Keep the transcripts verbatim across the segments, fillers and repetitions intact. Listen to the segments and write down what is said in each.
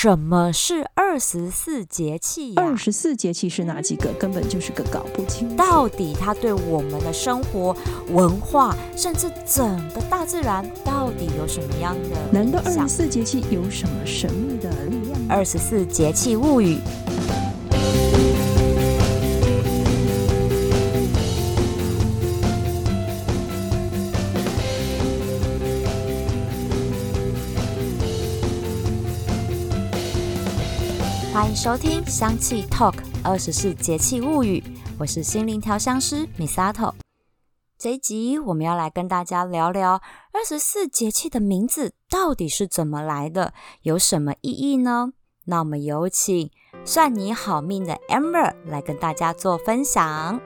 什么是二十四节气呀？ 二十四节气是哪几个？根本就是个搞不清楚。 到底它对我们的生活、文化，甚至整个大自然，到底有什么样的影响？ 难道二十四节气有什么神秘的力量？ 二十四节气物语。欢迎收听香气 Talk 二十四节气物语，我是心灵调香师 Misato。 这一集我们要来跟大家聊聊二十四节气的名字到底是怎么来的，有什么意义呢？那我们有请算你好命的 Amber 来跟大家做分享。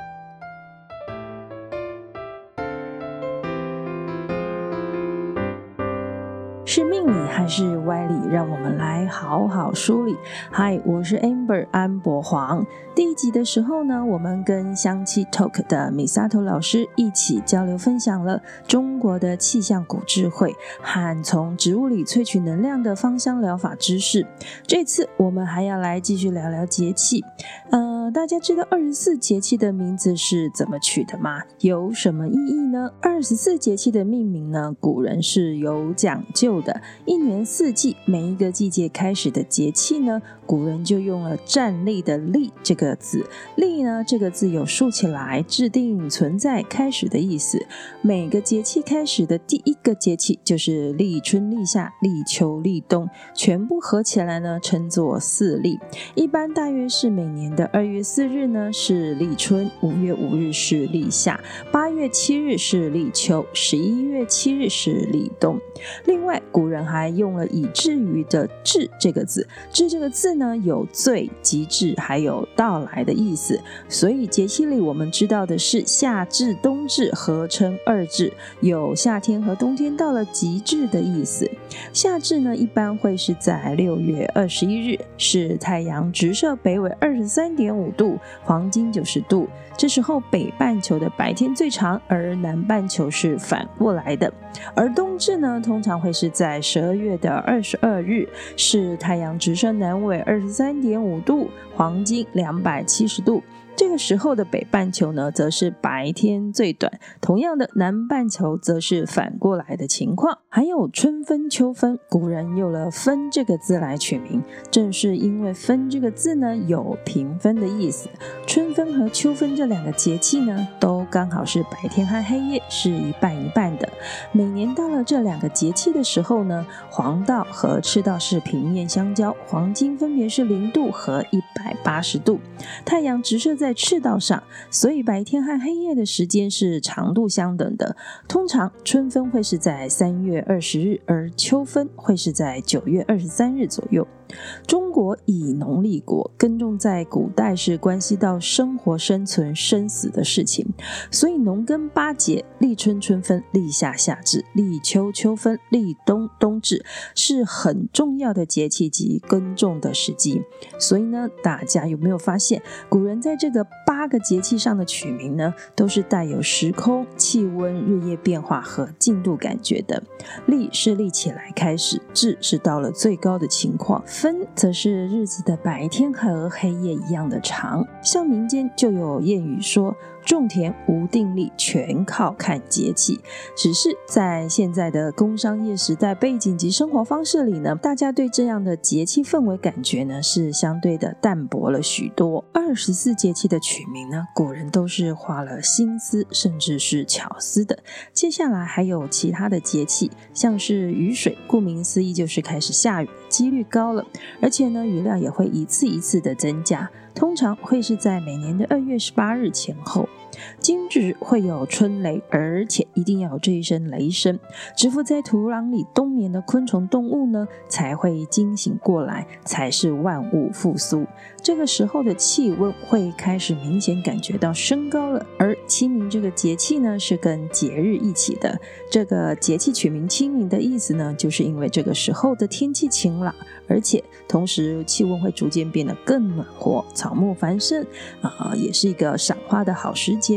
是命理还是歪理？让我们来好好梳理。嗨，我是 Amber 安博黄。第一集的时候呢，我们跟香气 Talk 的 Misato 老师一起交流分享了中国的气象古智慧和从植物里萃取能量的芳香疗法知识。这次我们还要来继续聊聊节气。呃，大家知道二十四节气的名字是怎么取的吗？有什么意义呢？二十四节气的命名呢，古人是有讲究的。一年四季，每一个季节开始的节气呢，古人就用了站立的立这个字。立呢这个字有竖起来、制定、存在、开始的意思。每个节气开始的第一个节气就是立春、立夏、立秋、立冬，全部合起来呢称作四立。一般大约是每年的二月四日呢是立春，五月五日是立夏，八月七日是立秋，十一月七日是立冬。另外古人还用了以至于的至这个字，至这个字呢有最、极致还有到来的意思，所以节气里我们知道的是夏至、冬至合称二至，有夏天和冬天到了极致的意思。夏至呢一般会是在六月二十一日，是太阳直射北纬二十三点五度，黄金九十度，这时候北半球的白天最长，而南半球是反过来的。而冬至呢通常会是在十二月的二十二日，是太阳直射南纬二十三点五度，黄金两百七十度，这个时候的北半球呢则是白天最短，同样的南半球则是反过来的情况。还有春分、秋分，古人用了分这个字来取名，正是因为分这个字呢有平分的意思。春分和秋分这两个节气呢都刚好是白天和黑夜是一半一半的。每年到了这两个节气的时候呢，黄道和赤道是平面相交，黄金分别是零度和一百八十度，太阳直射在赤道上，所以白天和黑夜的时间是长度相等的。通常春分会是在三月二十日，而秋分会是在九月二十三日左右。中国以农立国，耕种在古代是关系到生活、生存、生死的事情，所以农耕八节，立春、春分、立夏、夏至、立秋、秋分、立冬、冬至，是很重要的节气及耕种的时机。所以呢，大家有没有发现，古人在这个八个节气上的取名呢，都是带有时空、气温、日夜变化和进度感觉的。立是立起来开始，至是到了最高的情况，分则是日子的白天和黑夜一样的长。像民间就有谚语说，种田无定力，全靠看节气。只是在现在的工商业时代背景及生活方式里呢，大家对这样的节气氛围感觉呢是相对的淡薄了许多。二十四节气的取名呢，古人都是花了心思甚至是巧思的。接下来还有其他的节气，像是雨水，顾名思义就是开始下雨，几率高了，而且呢雨量也会一次一次的增加，通常会是在每年的二月十八日前后。惊蛰会有春雷，而且一定要有这一声雷声，蛰伏在土壤里冬眠的昆虫动物呢才会惊醒过来，才是万物复苏。这个时候的气温会开始明显感觉到升高了，而清明这个节气呢是跟节日一起的。这个节气取名清明的意思呢，就是因为这个时候的天气晴朗，而且同时气温会逐渐变得更暖和，草木繁盛、呃、也是一个赏花的好时节哦。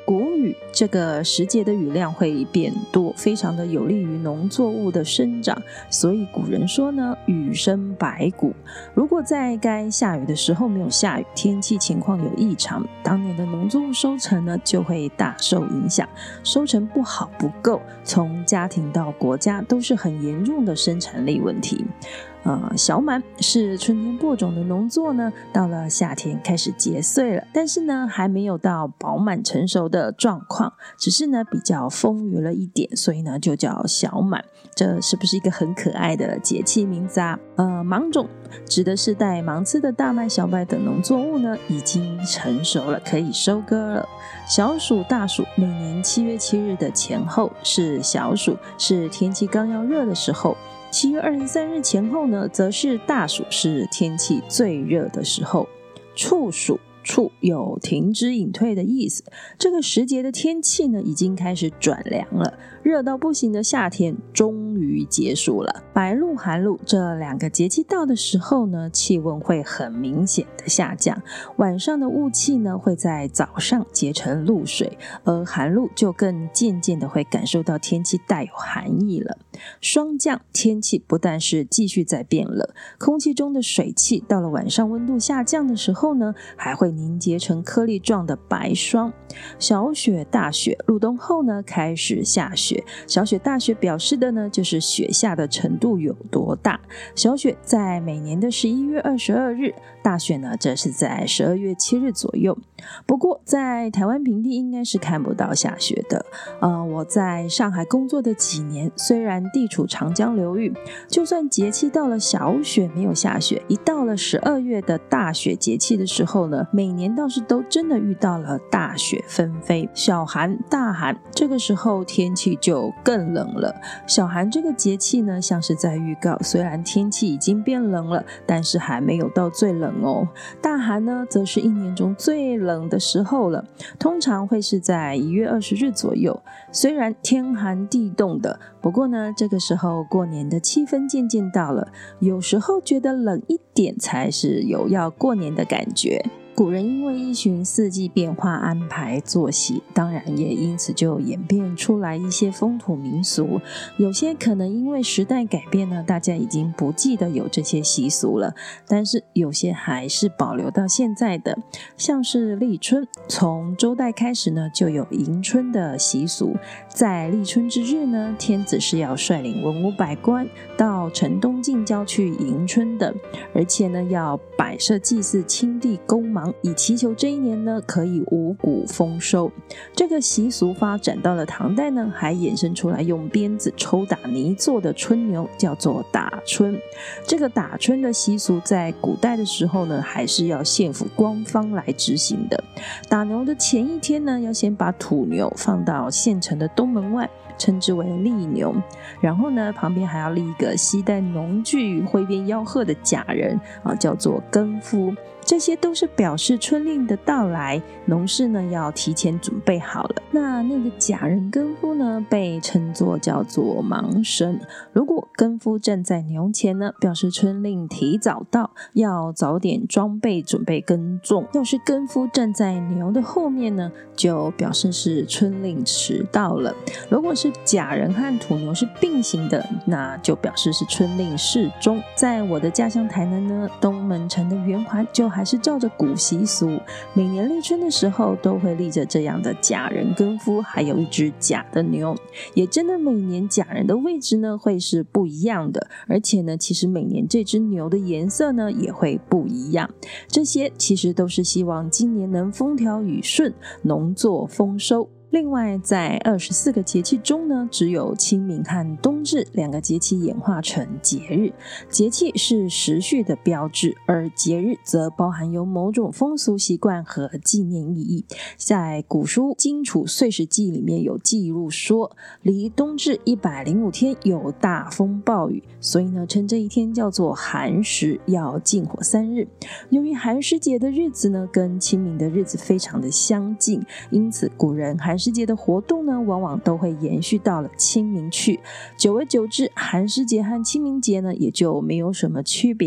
谷雨这个时节的雨量会变多，非常的有利于农作物的生长，所以古人说呢，雨生百谷。如果在该下雨的时候没有下雨，天气情况有异常，当年的农作物收成呢就会大受影响，收成不好不够，从家庭到国家都是很严重的生产力问题。呃，小满是春天播种的农作呢，到了夏天开始结穗了，但是呢还没有到饱满成熟的状况，只是呢比较丰腴了一点，所以呢就叫小满。这是不是一个很可爱的节气名字啊？呃，芒种指的是带芒刺的大麦、小麦等农作物呢已经成熟了，可以收割了。小暑、大暑每年七月七日的前后是小暑，是天气刚要热的时候。七月二十三日前后呢，则是大暑，是天气最热的时候。处暑，处有停止隐退的意思，这个时节的天气呢，已经开始转凉了，热到不行的夏天终于结束了。白露、寒露这两个节气到的时候呢，气温会很明显的下降，晚上的雾气呢会在早上结成露水，而寒露就更渐渐的会感受到天气带有寒意了。霜降，天气不但是继续在变冷，空气中的水汽到了晚上温度下降的时候呢，还会凝结成颗粒状的白霜。小雪、大雪，入冬后呢开始下雪，小雪、大雪表示的呢就是雪下的程度有多大。小雪在每年的十一月二十二日，大雪呢这是在十二月七日左右。不过在台湾平地应该是看不到下雪的。呃，我在上海工作的几年，虽然地处长江流域，就算节气到了小雪没有下雪，一到了十二月的大雪节气的时候呢，每年倒是都真的遇到了大雪纷飞。小寒、大寒，这个时候天气就更冷了。小寒这个节气呢，像是在预告，虽然天气已经变冷了，但是还没有到最冷哦。大寒呢，则是一年中最冷的时候了，通常会是在一月二十日左右。虽然天寒地冻的，不过呢，这个时候过年的气氛渐渐到了，有时候觉得冷一点才是有要过年的感觉。古人因为依循四季变化安排作息，当然也因此就演变出来一些风土民俗，有些可能因为时代改变呢，大家已经不记得有这些习俗了，但是有些还是保留到现在的，像是立春，从周代开始呢就有迎春的习俗，在立春之日呢，天子是要率领文武百官到城东近郊去迎春的，而且呢要摆设祭祀青地公芒，以祈求这一年呢可以五谷丰收。这个习俗发展到了唐代呢，还衍生出来用鞭子抽打泥做的春牛，叫做打春。这个打春的习俗在古代的时候呢，还是要县府官方来执行的。打牛的前一天呢，要先把土牛放到县城的东门外，称之为立牛，然后呢旁边还要立一个携带农具挥鞭吆喝的假人啊，叫做更夫。这些都是表示春令的到来，农事呢要提前准备好了。那那个假人更夫呢，被称作叫做芒神。如果更夫站在牛前呢，表示春令提早到，要早点装备准备耕种；要是更夫站在牛的后面呢，就表示是春令迟到了。如果是假人和土牛是并行的，那就表示是春令适中。在我的家乡台南呢，东门城的圆环就还是照着古习俗，每年立春的时候都会立着这样的假人更夫，还有一只假的牛，也真的每年假人的位置呢会是不一样的，而且呢其实每年这只牛的颜色呢也会不一样。这些其实都是希望今年能风调雨顺，农作丰收。另外在二十四个节气中呢，只有清明和冬至两个节气演化成节日。节气是时序的标志，而节日则包含有某种风俗习惯和纪念意义。在古书《荆楚岁时记》里面有记录说，离冬至一百零五天有大风暴雨，所以呢称这一天叫做寒食，要禁火三日。由于寒食节的日子呢跟清明的日子非常的相近，因此古人寒食节的活动呢，往往都会延续到了清明去。久而久之，寒食节和清明节呢，也就没有什么区别了。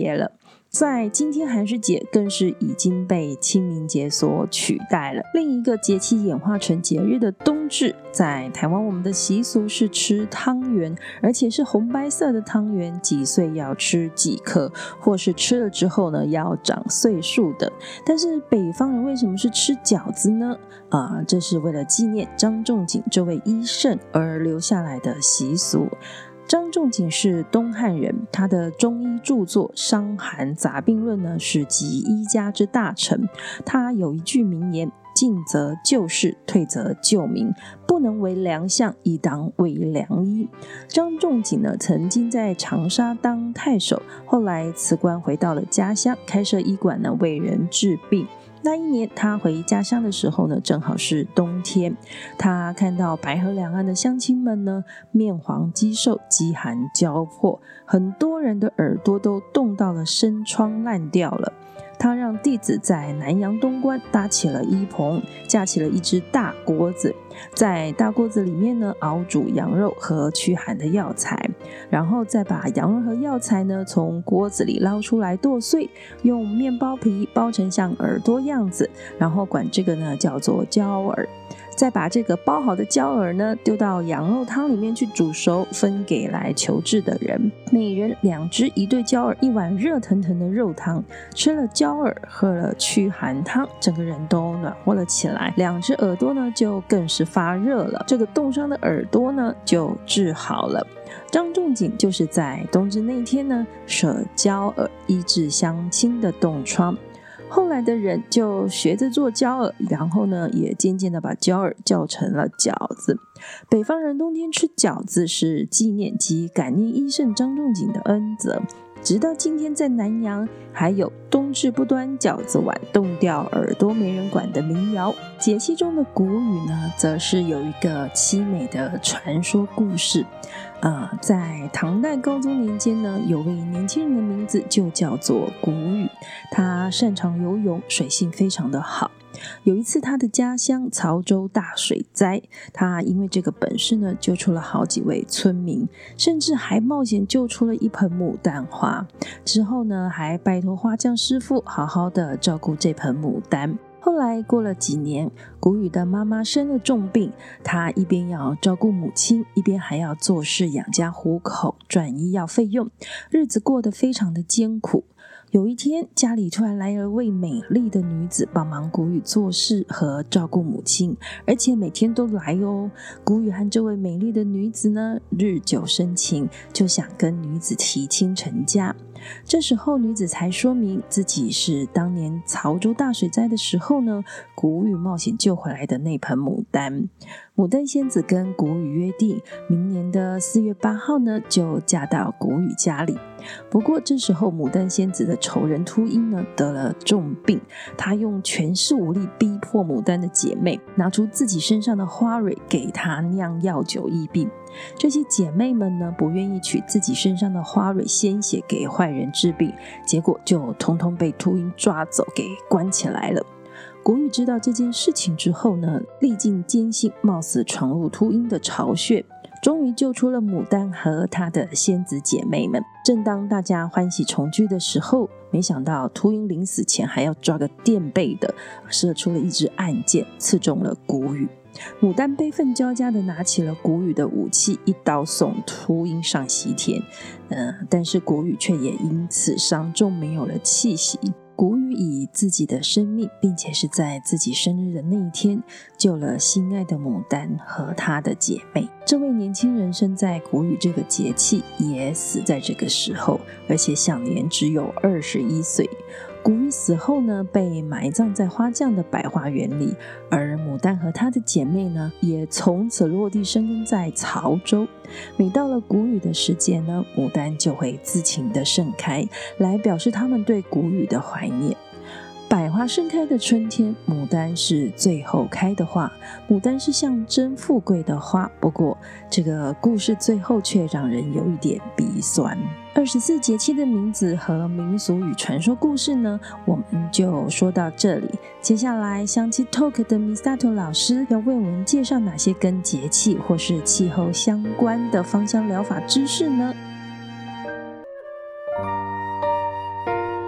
在今天寒食节更是已经被清明节所取代了。另一个节气演化成节日的冬至，在台湾我们的习俗是吃汤圆，而且是红白色的汤圆，几岁要吃几颗，或是吃了之后呢要长岁数的。但是北方人为什么是吃饺子呢？啊，这是为了纪念张仲景这位医圣而留下来的习俗。张仲景是东汉人，他的中医著作《伤寒杂病论》呢是集医家之大成。他有一句名言：进则救世，退则救民，不能为良相，亦当为良医。张仲景呢曾经在长沙当太守，后来辞官回到了家乡，开设医馆呢为人治病。那一年他回家乡的时候呢，正好是冬天。他看到白河两岸的乡亲们呢，面黄肌瘦，饥寒交迫，很多人的耳朵都冻到了生疮烂掉了。他让弟子在南阳东关搭起了衣棚，架起了一只大锅子，在大锅子里面呢熬煮羊肉和驱寒的药材，然后再把羊肉和药材呢从锅子里捞出来剁碎，用面包皮包成像耳朵样子，然后管这个呢叫做焦耳。再把这个包好的焦耳呢丢到羊肉汤里面去煮熟，分给来求治的人，每人两只一对焦耳，一碗热腾腾的肉汤。吃了焦耳，喝了驱寒汤，整个人都暖和了起来，两只耳朵呢就更是发热了，这个冻伤的耳朵呢就治好了。张仲景就是在冬至那天呢舍焦耳医治乡亲的冻疮。后来的人就学着做焦耳，然后呢也渐渐的把焦耳叫成了饺子。北方人冬天吃饺子是纪念及感念医圣张仲景的恩泽。直到今天在南阳还有冬至不端饺子碗，冻掉耳朵没人管的民谣。节气中的谷雨呢，则是有一个凄美的传说故事。呃，在唐代高宗年间呢，有位年轻人的名字就叫做谷雨，他擅长游泳，水性非常的好。有一次他的家乡曹州大水灾，他因为这个本事呢救出了好几位村民，甚至还冒险救出了一盆牡丹花。之后呢还拜托花匠师傅好好的照顾这盆牡丹。后来过了几年，谷雨的妈妈生了重病，她一边要照顾母亲，一边还要做事养家糊口，赚医药费用，日子过得非常的艰苦。有一天，家里突然来了位美丽的女子帮忙谷雨做事和照顾母亲，而且每天都来哦。谷雨和这位美丽的女子呢，日久生情，就想跟女子提亲成家。这时候女子才说明自己是当年曹州大水灾的时候呢，谷雨冒险救回来的那盆牡丹。牡丹仙子跟谷雨约定，明年的四月八号呢，就嫁到谷雨家里。不过这时候牡丹仙子的仇人秃鹰呢得了重病，他用全势武力逼迫牡丹的姐妹拿出自己身上的花蕊给她酿药酒医病。这些姐妹们呢不愿意取自己身上的花蕊鲜血给坏人治病，结果就通通被秃鹰抓走给关起来了。谷雨知道这件事情之后呢，历尽艰辛，冒死闯入秃鹰的巢穴，终于救出了牡丹和她的仙子姐妹们。正当大家欢喜重聚的时候，没想到秃鹰临死前还要抓个垫背的，射出了一支暗箭，刺中了谷雨。牡丹悲愤交加地拿起了谷雨的武器，一刀送秃鹰上西天。呃，但是谷雨却也因此伤重，没有了气息。谷雨以自己的生命，并且是在自己生日的那一天，救了心爱的牡丹和她的姐妹。这位年轻人生在谷雨这个节气，也死在这个时候，而且享年只有二十一岁。谷雨死后呢，被埋葬在花匠的百花园里，而牡丹和她的姐妹呢，也从此落地生根在曹州。每到了谷雨的时节呢，牡丹就会自情的盛开，来表示他们对谷雨的怀念。百花盛开的春天，牡丹是最后开的花。牡丹是象征富贵的花，不过这个故事最后却让人有一点鼻酸。二十四节气的名字和民俗与传说故事呢，我们就说到这里。接下来香气 Talk 的 Misato 老师要为我们介绍哪些跟节气或是气候相关的芳香疗法知识呢？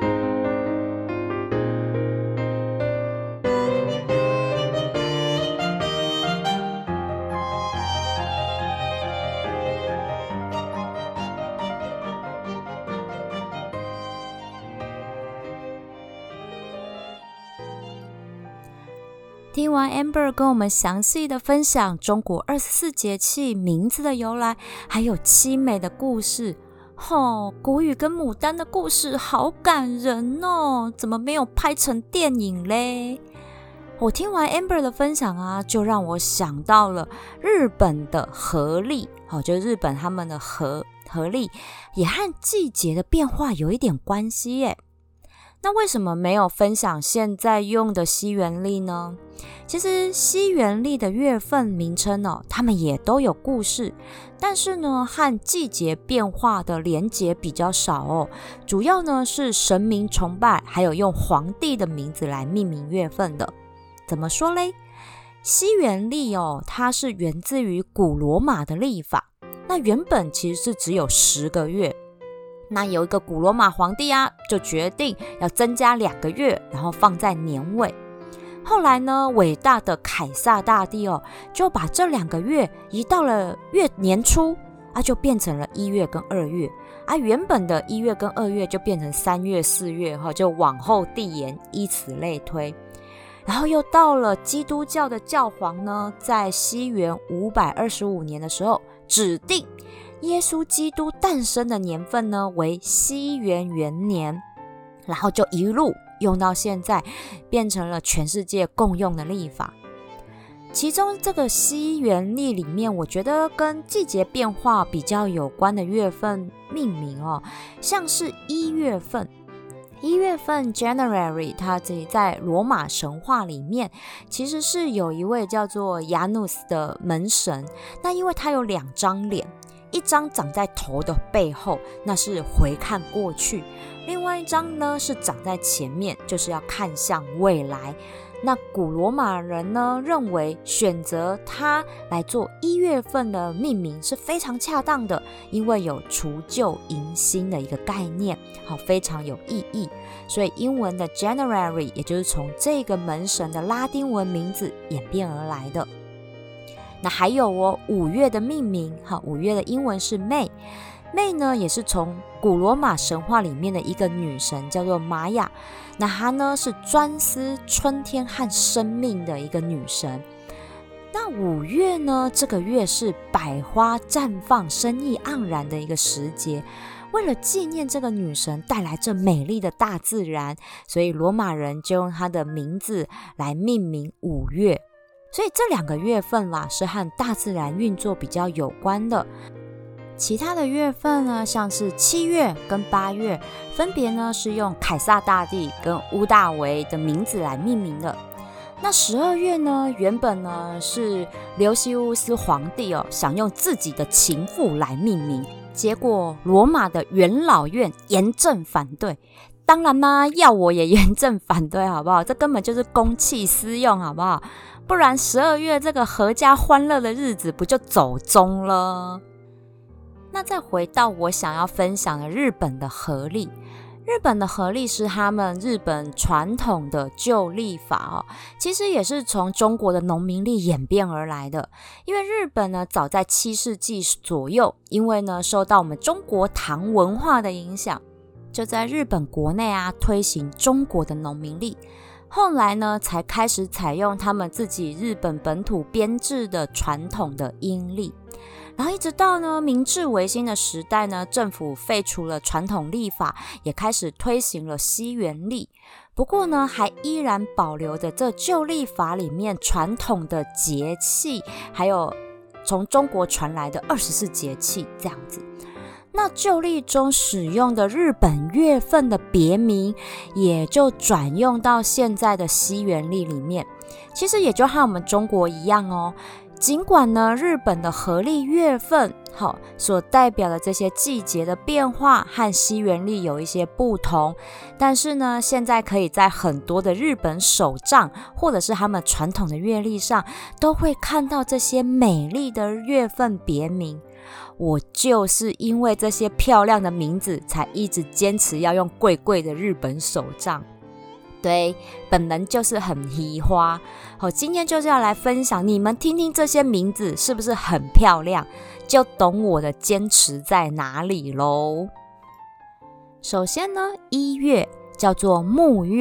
听完 Amber 跟我们详细的分享中国二十四节气名字的由来，还有凄美的故事。吼，谷雨跟牡丹的故事好感人哦，怎么没有拍成电影嘞？我听完 Amber 的分享啊，就让我想到了日本的和历，好，就是日本他们的和和历也和季节的变化有一点关系耶。那为什么没有分享现在用的西元历呢？其实西元历的月份名称哦，他们也都有故事，但是呢，和季节变化的连结比较少哦。主要呢是神明崇拜，还有用皇帝的名字来命名月份的。怎么说嘞？西元历哦，它是源自于古罗马的历法，那原本其实是只有十个月。那有一个古罗马皇帝啊，就决定要增加两个月，然后放在年尾。后来呢，伟大的凯撒大帝哦，就把这两个月移到了月年初啊，就变成了一月跟二月啊。原本的一月跟二月就变成三月、四月哈，就往后递延，以此类推。然后又到了基督教的教皇呢，在西元五百二十五年的时候，指定耶稣基督诞生的年份呢为西元元年，然后就一路用到现在，变成了全世界共用的历法。其中这个西元历里面，我觉得跟季节变化比较有关的月份命名哦，像是一月份。一月份 January 它自己在罗马神话里面其实是有一位叫做 Janus 的门神，那因为他有两张脸，一张长在头的背后，那是回看过去，另外一张呢是长在前面，就是要看向未来。那古罗马人呢认为选择它来做一月份的命名是非常恰当的，因为有除旧迎新的一个概念，好，非常有意义。所以英文的 January 也就是从这个门神的拉丁文名字演变而来的。那还有哦，五月的命名，好，五月的英文是 May。May 呢也是从古罗马神话里面的一个女神叫做玛雅，那她呢是专司春天和生命的一个女神。那五月呢，这个月是百花绽放、生意盎然的一个时节。为了纪念这个女神带来这美丽的大自然，所以罗马人就用她的名字来命名五月。所以这两个月份啦，是和大自然运作比较有关的。其他的月份呢，像是七月跟八月，分别呢是用凯撒大帝跟屋大维的名字来命名的。那十二月呢，原本呢是琉西乌斯皇帝哦，想用自己的情妇来命名，结果罗马的元老院严正反对。当然啦，要我也严正反对，好不好？这根本就是公器私用，好不好？不然十二月这个阖家欢乐的日子不就走钟了？那再回到我想要分享的日本的和历，日本的和历是他们日本传统的旧历法哦，其实也是从中国的农民历演变而来的。因为日本呢，早在七世纪左右，因为呢受到我们中国唐文化的影响，就在日本国内啊推行中国的农民历。后来呢，才开始采用他们自己日本本土编制的传统的阴历。然后一直到呢明治维新的时代呢，政府废除了传统历法，也开始推行了西元历。不过呢，还依然保留着这旧历法里面传统的节气，还有从中国传来的二十四节气这样子。那旧历中使用的日本月份的别名，也就转用到现在的西元历里面。其实也就和我们中国一样哦。尽管呢，日本的和历月份好所代表的这些季节的变化和西元历有一些不同，但是呢，现在可以在很多的日本手账或者是他们传统的月历上，都会看到这些美丽的月份别名。我就是因为这些漂亮的名字，才一直坚持要用贵贵的日本手账。对，本人就是很喜花。好，今天就是要来分享，你们听听这些名字是不是很漂亮，就懂我的坚持在哪里咯。首先呢，一月叫做木月，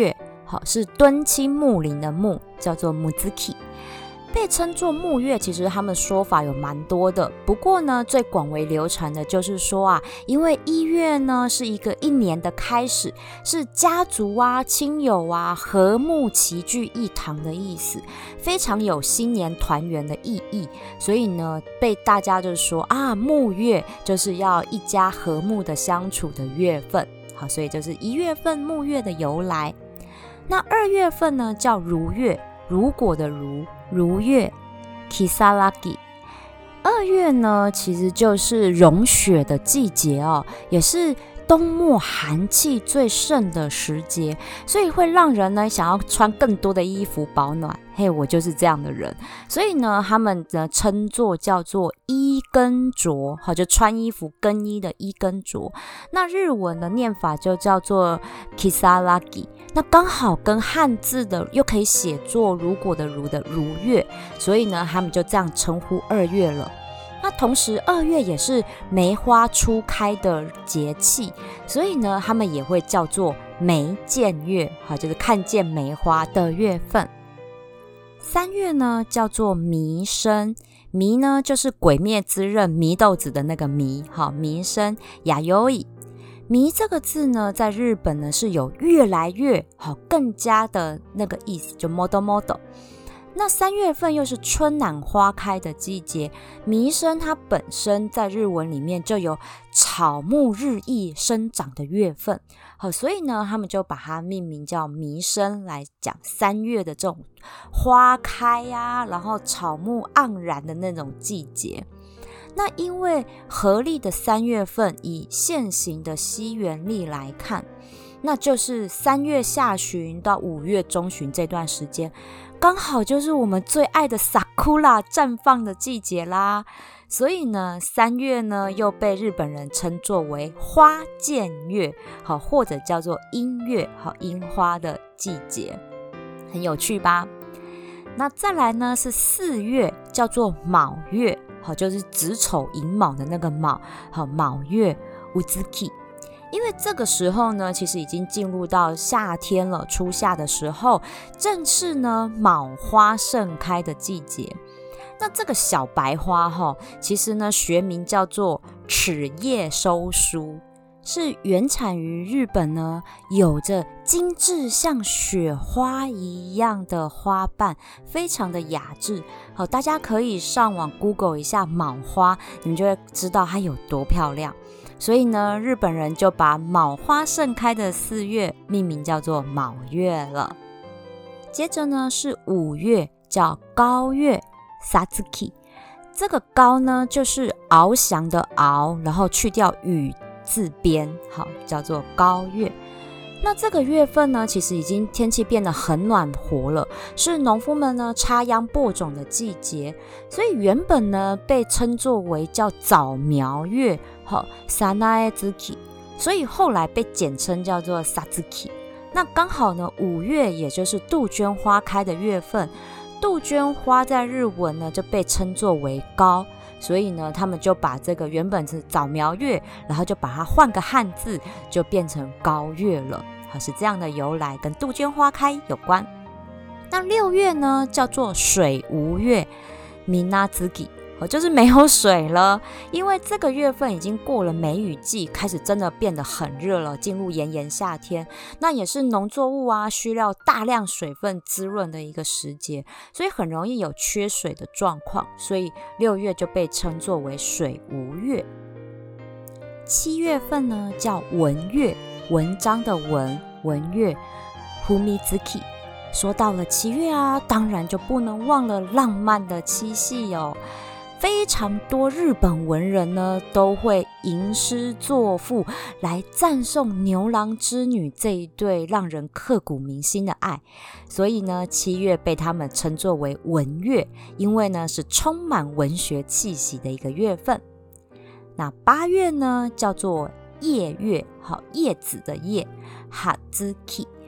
好，是敦亲睦邻的睦，叫做 Muzuki。被称作木月，其实他们说法有蛮多的，不过呢，最广为流传的就是说啊，因为一月呢是一个一年的开始，是家族啊、亲友啊和睦齐聚一堂的意思，非常有新年团圆的意义，所以呢，被大家就说啊，木月就是要一家和睦的相处的月份，好，所以就是一月份木月的由来。那二月份呢叫如月，如果的如，如月 Kisaragi。 二月呢其实就是融雪的季节哦，也是冬末寒气最盛的时节，所以会让人呢想要穿更多的衣服保暖。嘿，我就是这样的人，所以呢他们呢称作叫做衣更着，好，就穿衣服更衣的衣更着。那日文的念法就叫做 Kisaragi， 那刚好跟汉字的又可以写作如果的如的如月，所以呢他们就这样称呼二月了。那同时二月也是梅花初开的节气，所以呢他们也会叫做梅见月，好，就是看见梅花的月份。三月呢叫做弥生，弥呢就是鬼灭之刃祢豆子的那个弥，好，弥生亚优以。弥这个字呢在日本呢是有越来越好更加的那个意思，就 modo modo。那三月份又是春暖花开的季节，弥生它本身在日文里面就有草木日益生长的月份，好，所以呢他们就把它命名叫弥生，来讲三月的这种花开啊，然后草木盎然的那种季节。那因为合历的三月份以现行的西元历来看，那就是三月下旬到五月中旬这段时间，刚好就是我们最爱的 Sakura 绽放的季节啦。所以呢，三月呢又被日本人称作为花见月，好，或者叫做樱月，好，樱花的季节，很有趣吧？那再来呢是四月，叫做卯月，好，就是子丑寅卯的那个卯，好，卯月 Uzuki。因为这个时候呢其实已经进入到夏天了，初夏的时候，正是呢卯花盛开的季节。那这个小白花齁，其实呢学名叫做齿叶收书，是原产于日本呢，有着精致像雪花一样的花瓣，非常的雅致。好，大家可以上网 Google 一下卯花，你们就会知道它有多漂亮。所以呢，日本人就把卯花盛开的四月命名叫做卯月了。接着呢是五月，叫高月 Satsuki。 这个高呢就是翱翔的翱，然后去掉羽字边，好，叫做高月。那这个月份呢其实已经天气变得很暖和了，是农夫们呢插秧播种的季节，所以原本呢被称作为叫早苗月，好 Sanaezuki， 所以后来被简称叫做 Satsuki。 那刚好呢五月也就是杜鹃花开的月份，杜鹃花在日文呢就被称作为高，所以呢他们就把这个原本是早苗月，然后就把它换个汉字，就变成高月了，好，是这样的由来，跟杜鹃花开有关。那六月呢叫做水无月 Minazuki， 就是没有水了，因为这个月份已经过了梅雨季，开始真的变得很热了，进入炎炎夏天，那也是农作物啊需要大量水分滋润的一个时节，所以很容易有缺水的状况，所以六月就被称作为水无月。七月份呢叫文月，文章的文，文月 Fumizuki。 说到了七月啊，当然就不能忘了浪漫的七夕哦。非常多日本文人呢都会吟诗作赋来赞颂牛郎织女这一对让人刻骨铭心的爱，所以呢七月被他们称作为文月，因为呢是充满文学气息的一个月份。那八月呢叫做叶月，好，叶子的叶 Hazuki。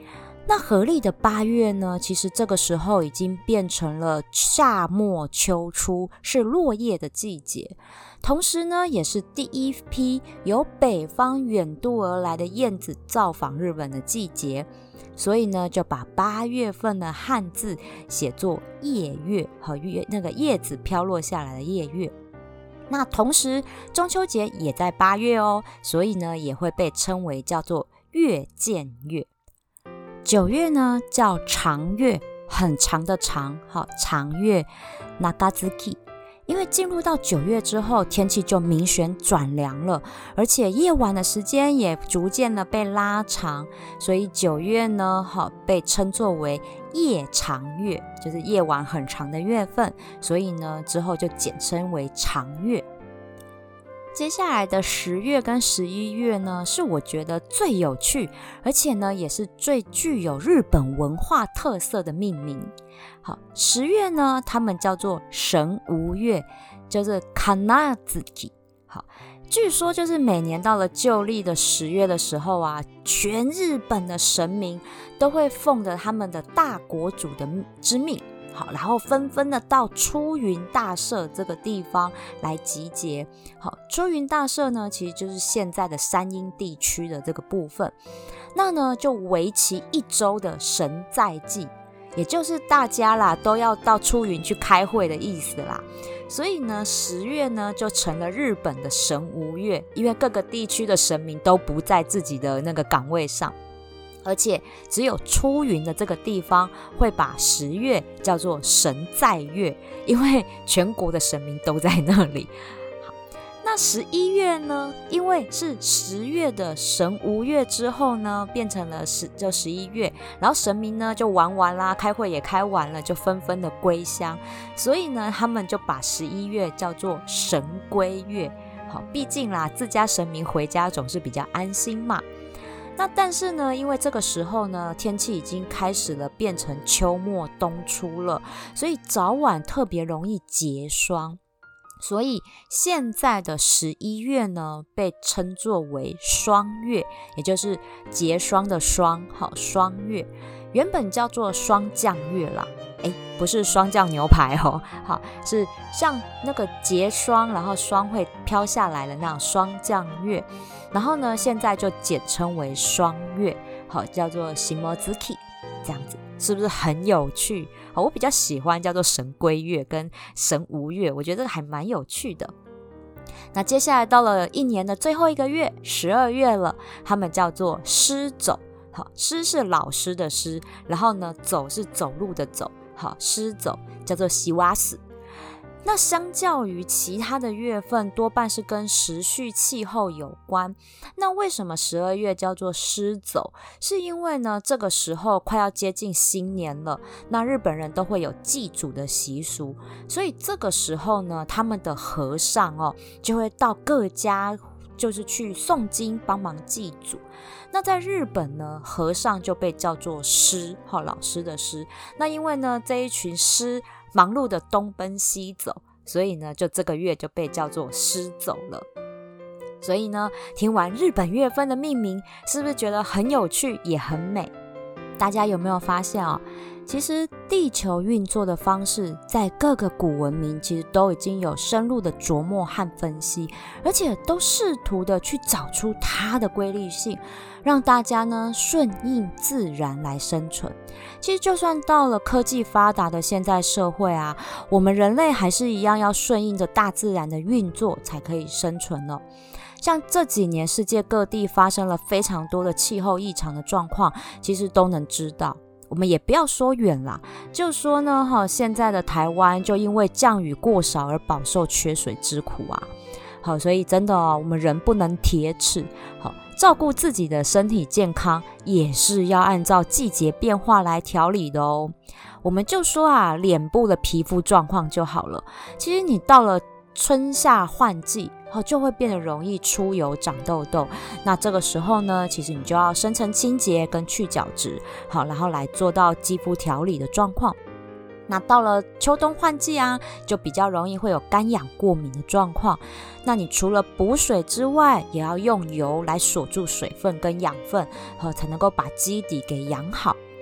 那合历的八月呢，其实这个时候已经变成了夏末秋初，是落叶的季节，同时呢也是第一批由北方远渡而来的燕子造访日本的季节，所以呢就把八月份的汉字写作叶月，和月那个叶子飘落下来的叶月。那同时中秋节也在八月哦，所以呢也会被称为叫做月见月。九月呢叫长月，很长的长，好，长月 Nagazuki。 因为进入到九月之后，天气就明显转凉了，而且夜晚的时间也逐渐的被拉长，所以九月呢好被称作为夜长月，就是夜晚很长的月份，所以呢之后就简称为长月。接下来的十月跟十一月呢，是我觉得最有趣，而且呢也是最具有日本文化特色的命名。好，十月呢他们叫做神无月，就是 Kanazuki。 好，据说就是每年到了旧历的十月的时候啊，全日本的神明都会奉着他们的大国主的之命，好，然后纷纷的到出云大社这个地方来集结。好，出云大社呢其实就是现在的山阴地区的这个部分，那呢就为期一周的神在祭，也就是大家啦都要到出云去开会的意思啦。所以呢十月呢就成了日本的神无月，因为各个地区的神明都不在自己的那个岗位上，而且只有出云的这个地方会把十月叫做神在月，因为全国的神明都在那里。好，那十一月呢，因为是十月的神无月之后呢变成了十就十一月，然后神明呢就玩完啦，开会也开完了，就纷纷的归乡，所以呢他们就把十一月叫做神归月。好，毕竟啦自家神明回家总是比较安心嘛。那但是呢因为这个时候呢天气已经开始了变成秋末冬初了，所以早晚特别容易结霜，所以现在的十一月呢被称作为霜月，也就是结霜的霜，好，霜月。原本叫做霜降月啦，诶，不是霜降牛排哦，好，是像那个结霜然后霜会飘下来的那样霜降月，然后呢现在就简称为霜月，好，叫做 Shimozuki， 这样子是不是很有趣？好，我比较喜欢叫做神归月跟神无月，我觉得还蛮有趣的。那接下来到了一年的最后一个月十二月了，他们叫做师走。好，师是老师的师，然后呢走是走路的走，好，师走叫做西瓦斯。那相较于其他的月份多半是跟时序气候有关，那为什么十二月叫做师走？是因为呢这个时候快要接近新年了，那日本人都会有祭祖的习俗，所以这个时候呢他们的和尚哦就会到各家就是去诵经帮忙祭祖。那在日本呢和尚就被叫做师，好，老师的师。那因为呢这一群师忙碌的东奔西走，所以呢就这个月就被叫做师走了。所以呢听完日本月份的命名，是不是觉得很有趣也很美？大家有没有发现哦，其实地球运作的方式在各个古文明其实都已经有深入的琢磨和分析，而且都试图的去找出它的规律性，让大家呢顺应自然来生存。其实就算到了科技发达的现在社会啊，我们人类还是一样要顺应着大自然的运作才可以生存哦。像这几年世界各地发生了非常多的气候异常的状况，其实都能知道。我们也不要说远啦，就说呢现在的台湾就因为降雨过少而饱受缺水之苦啊。好，所以真的哦，我们人不能铁齿，好，照顾自己的身体健康也是要按照季节变化来调理的哦。我们就说啊，脸部的皮肤状况就好了，其实你到了春夏换季就会变得容易出油长痘痘，那这个时候呢其实你就要深层清洁跟去角质，好，然后来做到肌肤调理的状况。那到了秋冬换季啊，就比较容易会有干痒过敏的状况，那你除了补水之外，也要用油来锁住水分跟养分，才能够把基底给养好。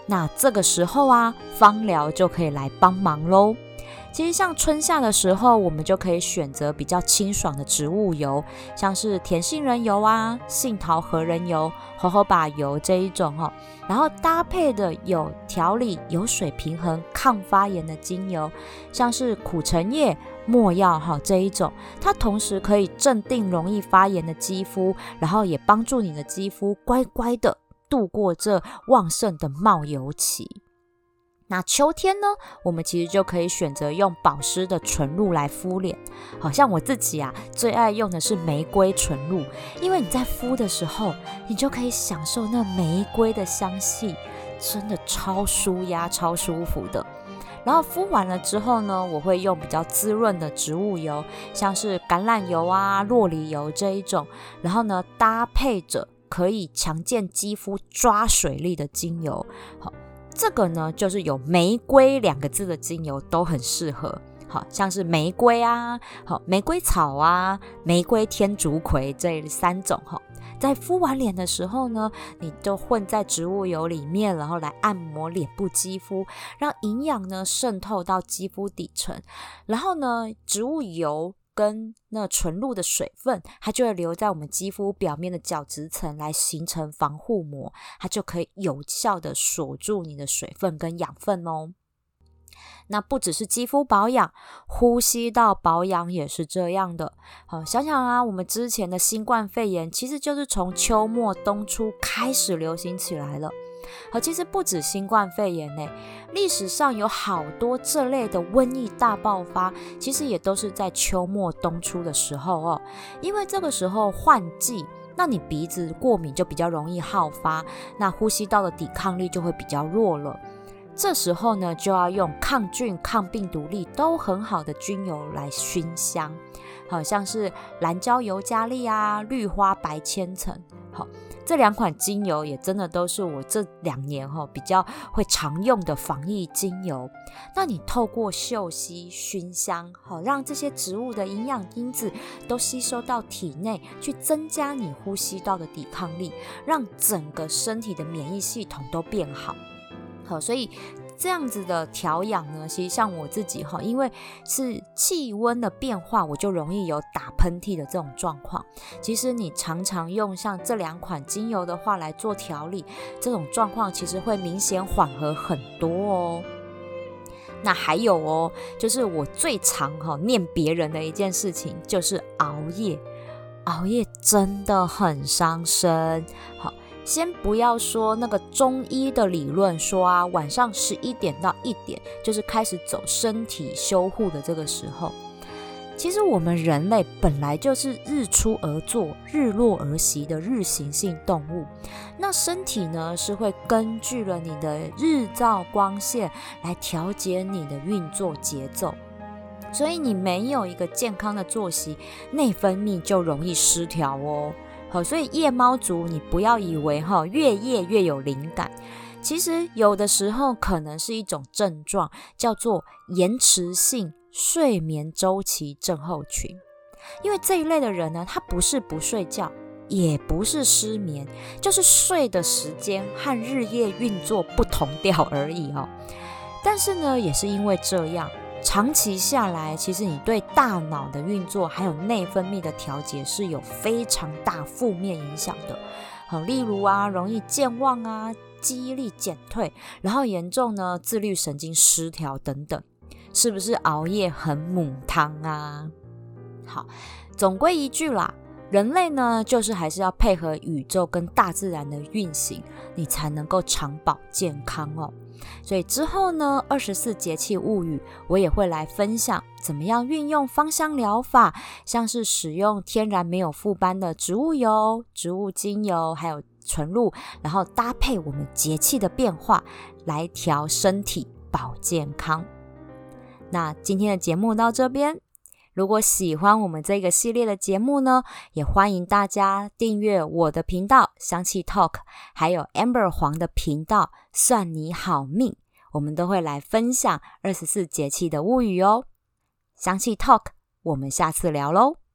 那这个时候啊，芳疗就可以来帮忙咯。其实像春夏的时候，我们就可以选择比较清爽的植物油，像是甜杏仁油啊、杏桃核仁油、荷荷巴油这一种哦，然后搭配的有调理、有水平衡、抗发炎的精油，像是苦橙叶、没药哈这一种，它同时可以镇定容易发炎的肌肤，然后也帮助你的肌肤乖乖的度过这旺盛的冒油期。那秋天呢，我们其实就可以选择用保湿的纯露来敷脸。好像我自己啊，最爱用的是玫瑰纯露，因为你在敷的时候，你就可以享受那玫瑰的香气，真的超舒压、超舒服的。然后敷完了之后呢，我会用比较滋润的植物油，像是橄榄油啊、酪梨油这一种，然后呢搭配着可以强健肌肤抓水力的精油。好，这个呢就是有玫瑰两个字的精油都很适合，好像是玫瑰啊、好玫瑰草啊、玫瑰天竺葵这三种。在敷完脸的时候呢，你就混在植物油里面，然后来按摩脸部肌肤，让营养呢渗透到肌肤底层，然后呢植物油跟那纯露的水分，它就会留在我们肌肤表面的角质层来形成防护膜，它就可以有效的锁住你的水分跟养分哦。那不只是肌肤保养，呼吸道保养也是这样的。好，想想啊，我们之前的新冠肺炎其实就是从秋末冬初开始流行起来了。好，其实不止新冠肺炎呢，历史上有好多这类的瘟疫大爆发，其实也都是在秋末冬初的时候哦。因为这个时候换季，那你鼻子过敏就比较容易好发，那呼吸道的抵抗力就会比较弱了。这时候呢，就要用抗菌、抗病毒力都很好的精油来熏香，好像是蓝椒尤加利啊、绿花白千层。好，这两款精油也真的都是我这两年哈比较会常用的防疫精油。那你透过嗅吸、熏香，好让这些植物的营养因子都吸收到体内，去增加你呼吸道的抵抗力，让整个身体的免疫系统都变好。好，所以这样子的调养呢，其实像我自己哈，因为是气温的变化，我就容易有打喷嚏的这种状况。其实你常常用像这两款精油的话来做调理，这种状况其实会明显缓和很多哦。那还有哦，就是我最常哈念别人的一件事情，就是熬夜。熬夜真的很伤身。好。先不要说那个中医的理论说啊，晚上十一点到一点就是开始走身体修护的这个时候。其实我们人类本来就是日出而作、日落而息的日行性动物，那身体呢是会根据了你的日照光线来调节你的运作节奏。所以你没有一个健康的作息，内分泌就容易失调哦。好，所以夜猫族你不要以为哈越夜越有灵感，其实有的时候可能是一种症状，叫做延迟性睡眠周期症候群。因为这一类的人呢，他不是不睡觉，也不是失眠，就是睡的时间和日夜运作不同调而已哦。但是呢，也是因为这样，长期下来，其实你对大脑的运作还有内分泌的调节是有非常大负面影响的。好，例如啊，容易健忘啊，记忆力减退，然后严重呢自律神经失调等等。是不是熬夜很母汤啊？好，总归一句啦，人类呢就是还是要配合宇宙跟大自然的运行，你才能够长保健康哦。所以之后呢，二十四节气物语我也会来分享怎么样运用芳香疗法，像是使用天然没有副斑的植物油、植物精油还有纯露，然后搭配我们节气的变化来调身体保健康。那今天的节目到这边，如果喜欢我们这个系列的节目呢，也欢迎大家订阅我的频道香气 Talk， 还有 Amber 黄的频道算你好命，我们都会来分享二十四节气的物语哦。香气 Talk， 我们下次聊咯。